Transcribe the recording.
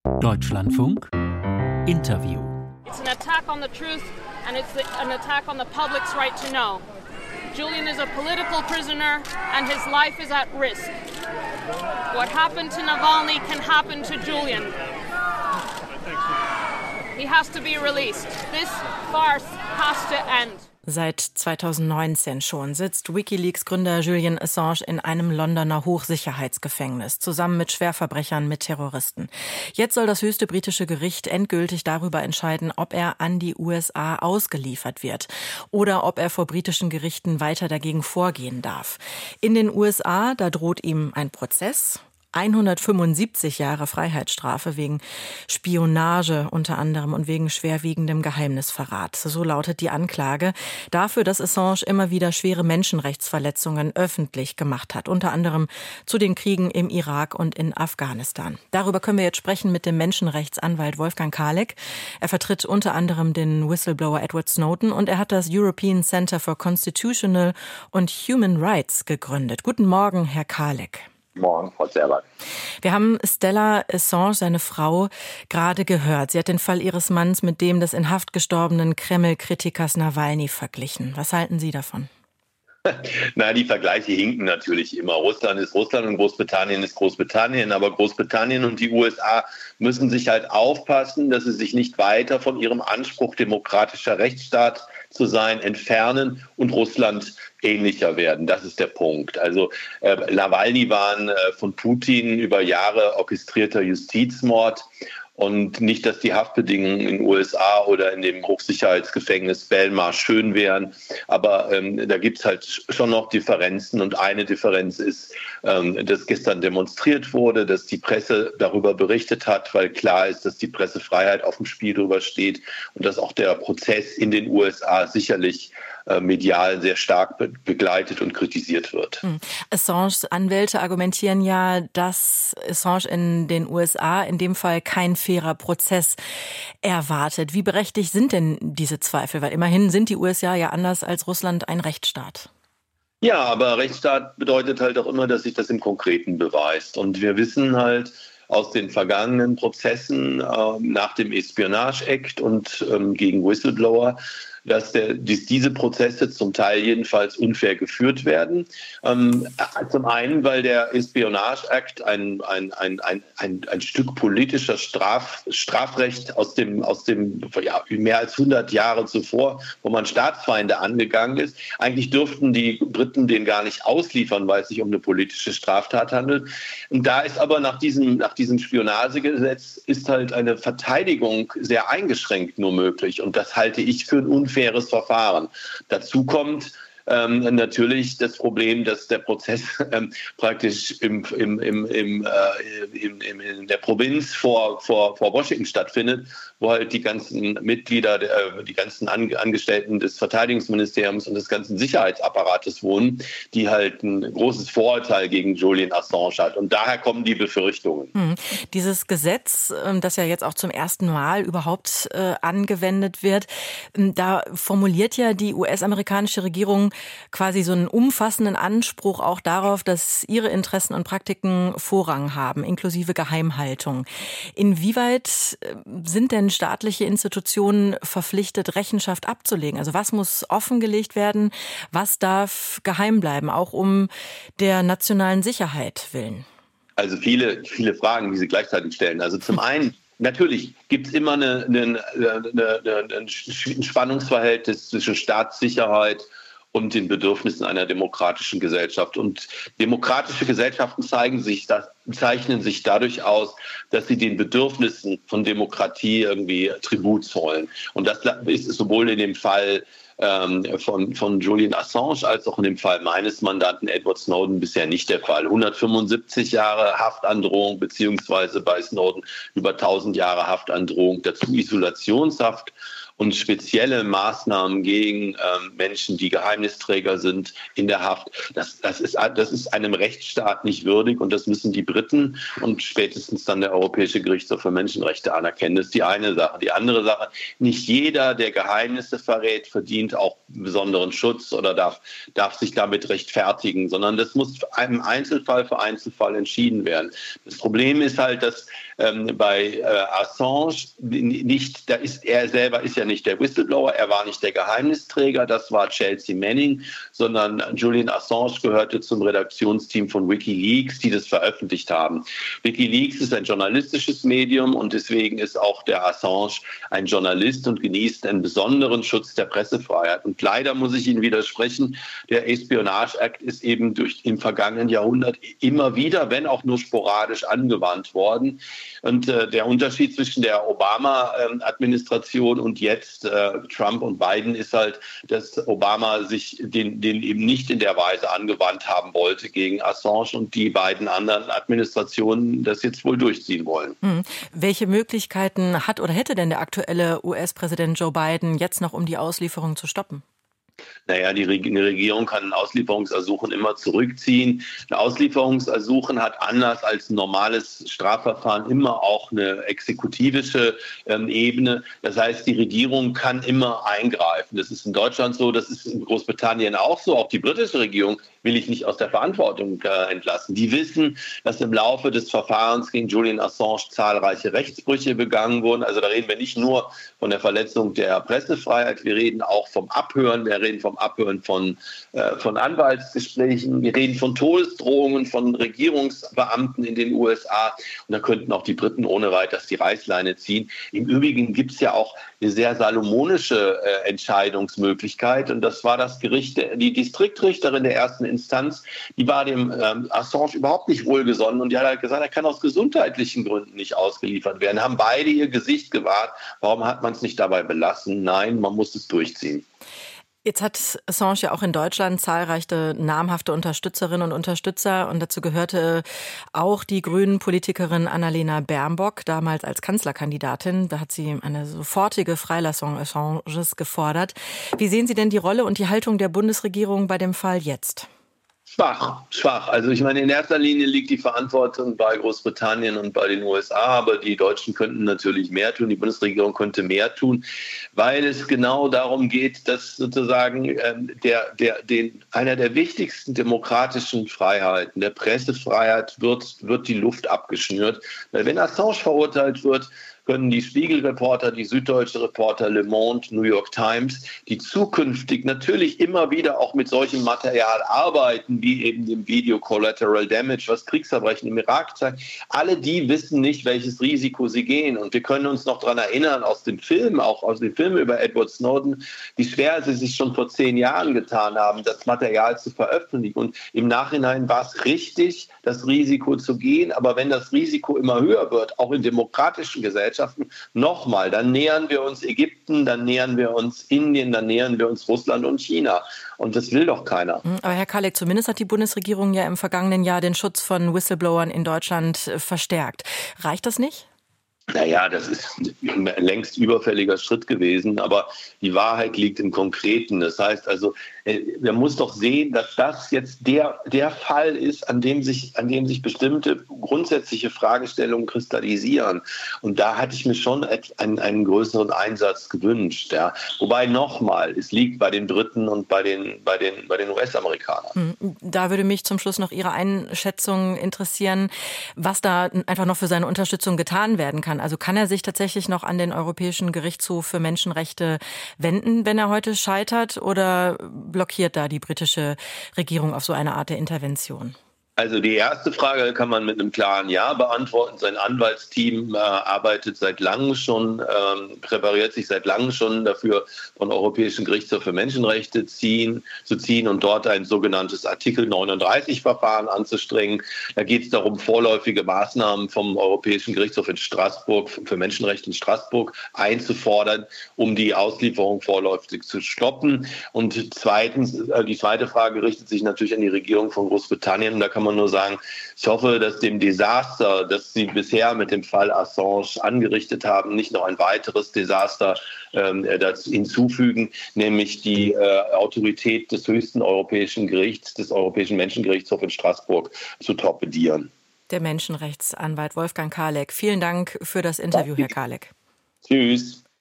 Deutschlandfunk Interview. It's an attack on the truth and it's an attack on the public's right to know. Julian is a political prisoner and his life is at risk. What happened to Navalny can happen to Julian. He has to be released. This farce has to end. Seit 2019 schon sitzt WikiLeaks-Gründer Julian Assange in einem Londoner Hochsicherheitsgefängnis, zusammen mit Schwerverbrechern, mit Terroristen. Jetzt soll das höchste britische Gericht endgültig darüber entscheiden, ob er an die USA ausgeliefert wird oder ob er vor britischen Gerichten weiter dagegen vorgehen darf. In den USA, da droht ihm ein Prozess. 175 Jahre Freiheitsstrafe wegen Spionage unter anderem und wegen schwerwiegendem Geheimnisverrat. So lautet die Anklage dafür, dass Assange immer wieder schwere Menschenrechtsverletzungen öffentlich gemacht hat. Unter anderem zu den Kriegen im Irak und in Afghanistan. Darüber können wir jetzt sprechen mit dem Menschenrechtsanwalt Wolfgang Kaleck. Er vertritt unter anderem den Whistleblower Edward Snowden und er hat das European Center for Constitutional and Human Rights gegründet. Guten Morgen, Herr Kaleck. Morgen, Frau Zerlack. Wir haben Stella Assange, seine Frau, gerade gehört. Sie hat den Fall ihres Manns mit dem des in Haft gestorbenen Kreml-Kritikers Nawalny verglichen. Was halten Sie davon? Na, die Vergleiche hinken natürlich immer. Russland ist Russland und Großbritannien ist Großbritannien. Aber Großbritannien und die USA müssen sich halt aufpassen, dass sie sich nicht weiter von ihrem Anspruch, demokratischer Rechtsstaat zu sein, entfernen und Russland ähnlicher werden. Das ist der Punkt. Also Nawalny war ein von Putin über Jahre orchestrierter Justizmord. Und nicht, dass die Haftbedingungen in den USA oder in dem Hochsicherheitsgefängnis Belmarsh schön wären. Aber da gibt es halt schon noch Differenzen. Und eine Differenz ist, dass gestern demonstriert wurde, dass die Presse darüber berichtet hat, weil klar ist, dass die Pressefreiheit auf dem Spiel drüber steht und dass auch der Prozess in den USA sicherlich medial sehr stark begleitet und kritisiert wird. Assanges Anwälte argumentieren ja, dass Assange in den USA in dem Fall kein fairer Prozess erwartet. Wie berechtigt sind denn diese Zweifel? Weil immerhin sind die USA ja anders als Russland ein Rechtsstaat. Ja, aber Rechtsstaat bedeutet halt auch immer, dass sich das im Konkreten beweist. Und wir wissen halt aus den vergangenen Prozessen nach dem Espionage Act und gegen Whistleblower, dass diese Prozesse zum Teil jedenfalls unfair geführt werden. Zum einen, weil der Espionage Act ein Stück politischer Strafrecht aus dem mehr als 100 Jahre zuvor, wo man Staatsfeinde angegangen ist. Eigentlich dürften die Briten den gar nicht ausliefern, weil es sich um eine politische Straftat handelt. Und da ist aber nach diesem Spionagegesetz ist halt eine Verteidigung sehr eingeschränkt nur möglich. Und das halte ich für ein unfaires Verfahren. Dazu kommt natürlich das Problem, dass der Prozess praktisch in der Provinz vor Washington stattfindet, wo halt die ganzen Mitglieder, die ganzen Angestellten des Verteidigungsministeriums und des ganzen Sicherheitsapparates wohnen, die halt ein großes Vorurteil gegen Julian Assange hat. Und daher kommen die Befürchtungen. Dieses Gesetz, das ja jetzt auch zum ersten Mal überhaupt angewendet wird, da formuliert ja die US-amerikanische Regierung quasi so einen umfassenden Anspruch auch darauf, dass ihre Interessen und Praktiken Vorrang haben, inklusive Geheimhaltung. Inwieweit sind denn staatliche Institutionen verpflichtet, Rechenschaft abzulegen? Also was muss offengelegt werden? Was darf geheim bleiben, auch um der nationalen Sicherheit willen? Also viele Fragen, die Sie gleichzeitig stellen. Also zum einen, natürlich gibt es immer ein Spannungsverhältnis zwischen Staatssicherheit und den Bedürfnissen einer demokratischen Gesellschaft. Und demokratische Gesellschaften zeichnen sich dadurch aus, dass sie den Bedürfnissen von Demokratie irgendwie Tribut zollen. Und das ist sowohl in dem Fall von Julian Assange als auch in dem Fall meines Mandanten Edward Snowden bisher nicht der Fall. 175 Jahre Haftandrohung beziehungsweise bei Snowden über 1000 Jahre Haftandrohung, dazu Isolationshaft und spezielle Maßnahmen gegen Menschen, die Geheimnisträger sind in der Haft. Das ist einem Rechtsstaat nicht würdig und das müssen die Briten und spätestens dann der Europäische Gerichtshof für Menschenrechte anerkennen. Das ist die eine Sache. Die andere Sache, nicht jeder, der Geheimnisse verrät, verdient auch besonderen Schutz oder darf sich damit rechtfertigen, sondern das muss im Einzelfall für Einzelfall entschieden werden. Das Problem ist halt, dass bei Assange nicht, er selber ist ja nicht der Whistleblower, er war nicht der Geheimnisträger, das war Chelsea Manning, sondern Julian Assange gehörte zum Redaktionsteam von WikiLeaks, die das veröffentlicht haben. WikiLeaks ist ein journalistisches Medium und deswegen ist auch der Assange ein Journalist und genießt einen besonderen Schutz der Pressefreiheit. Und leider muss ich Ihnen widersprechen, der Espionage Act ist eben im vergangenen Jahrhundert immer wieder, wenn auch nur sporadisch, angewandt worden. Und der Unterschied zwischen der Obama-Administration und jetzt Trump und Biden ist halt, dass Obama sich den eben nicht in der Weise angewandt haben wollte gegen Assange und die beiden anderen Administrationen das jetzt wohl durchziehen wollen. Welche Möglichkeiten hat oder hätte denn der aktuelle US-Präsident Joe Biden jetzt noch, um die Auslieferung zu stoppen? Naja, die Regierung kann ein Auslieferungsersuchen immer zurückziehen. Ein Auslieferungsersuchen hat anders als ein normales Strafverfahren immer auch eine exekutivische Ebene. Das heißt, die Regierung kann immer eingreifen. Das ist in Deutschland so, das ist in Großbritannien auch so. Auch die britische Regierung will ich nicht aus der Verantwortung entlassen. Die wissen, dass im Laufe des Verfahrens gegen Julian Assange zahlreiche Rechtsbrüche begangen wurden. Also da reden wir nicht nur von der Verletzung der Pressefreiheit, wir reden auch vom Abhören, wir reden vom Abhören von Anwaltsgesprächen, wir reden von Todesdrohungen von Regierungsbeamten in den USA. Und da könnten auch die Briten ohne weiteres die Reißleine ziehen. Im Übrigen gibt es ja auch eine sehr salomonische Entscheidungsmöglichkeit. Und das war das Gericht, die Distriktrichterin der ersten Instanz, die war dem Assange überhaupt nicht wohlgesonnen. Und die hat halt gesagt, er kann aus gesundheitlichen Gründen nicht ausgeliefert werden. Haben beide ihr Gesicht gewahrt. Warum hat man es nicht dabei belassen? Nein, man muss es durchziehen. Jetzt hat Assange ja auch in Deutschland zahlreiche namhafte Unterstützerinnen und Unterstützer und dazu gehörte auch die Grünen-Politikerin Annalena Baerbock, damals als Kanzlerkandidatin. Da hat sie eine sofortige Freilassung Assanges gefordert. Wie sehen Sie denn die Rolle und die Haltung der Bundesregierung bei dem Fall jetzt? Schwach. Also ich meine, in erster Linie liegt die Verantwortung bei Großbritannien und bei den USA, aber die Deutschen könnten natürlich mehr tun, die Bundesregierung könnte mehr tun, weil es genau darum geht, dass sozusagen einer der wichtigsten demokratischen Freiheiten, der Pressefreiheit, wird die Luft abgeschnürt. Weil wenn Assange verurteilt wird, können die Spiegel-Reporter, die Süddeutsche Reporter, Le Monde, New York Times, die zukünftig natürlich immer wieder auch mit solchem Material arbeiten, wie eben dem Video Collateral Damage, was Kriegsverbrechen im Irak zeigt, alle die wissen nicht, welches Risiko sie gehen. Und wir können uns noch daran erinnern, auch aus den Filmen über Edward Snowden, wie schwer sie sich schon vor 10 Jahren getan haben, das Material zu veröffentlichen. Und im Nachhinein war es richtig, das Risiko zu gehen. Aber wenn das Risiko immer höher wird, auch in demokratischen Gesellschaften, nochmal, dann nähern wir uns Ägypten, dann nähern wir uns Indien, dann nähern wir uns Russland und China. Und das will doch keiner. Aber Herr Kaleck, zumindest hat die Bundesregierung ja im vergangenen Jahr den Schutz von Whistleblowern in Deutschland verstärkt. Reicht das nicht? Naja, das ist ein längst überfälliger Schritt gewesen, aber die Wahrheit liegt im Konkreten. Das heißt also, man muss doch sehen, dass das jetzt der Fall ist, an dem sich bestimmte grundsätzliche Fragestellungen kristallisieren. Und da hatte ich mir schon einen größeren Einsatz gewünscht. Ja. Wobei nochmal, es liegt bei den Briten und bei den US-Amerikanern. Da würde mich zum Schluss noch Ihre Einschätzung interessieren, was da einfach noch für seine Unterstützung getan werden kann. Also kann er sich tatsächlich noch an den Europäischen Gerichtshof für Menschenrechte wenden, wenn er heute scheitert, oder blockiert da die britische Regierung auf so eine Art der Intervention? Also die erste Frage kann man mit einem klaren Ja beantworten. Sein Anwaltsteam arbeitet seit langem schon, präpariert sich seit langem schon dafür, von Europäischen Gerichtshof für Menschenrechte zu ziehen und dort ein sogenanntes Artikel 39-Verfahren anzustrengen. Da geht es darum, vorläufige Maßnahmen vom Europäischen Gerichtshof in Straßburg für Menschenrechte in Straßburg einzufordern, um die Auslieferung vorläufig zu stoppen. Und zweitens, die zweite Frage richtet sich natürlich an die Regierung von Großbritannien. Da kann man nur sagen, ich hoffe, dass dem Desaster, das Sie bisher mit dem Fall Assange angerichtet haben, nicht noch ein weiteres Desaster dazu hinzufügen, nämlich die Autorität des höchsten europäischen Gerichts, des Europäischen Menschengerichtshofs in Straßburg zu torpedieren. Der Menschenrechtsanwalt Wolfgang Kaleck. Vielen Dank für das Interview, Herr Kaleck. Tschüss.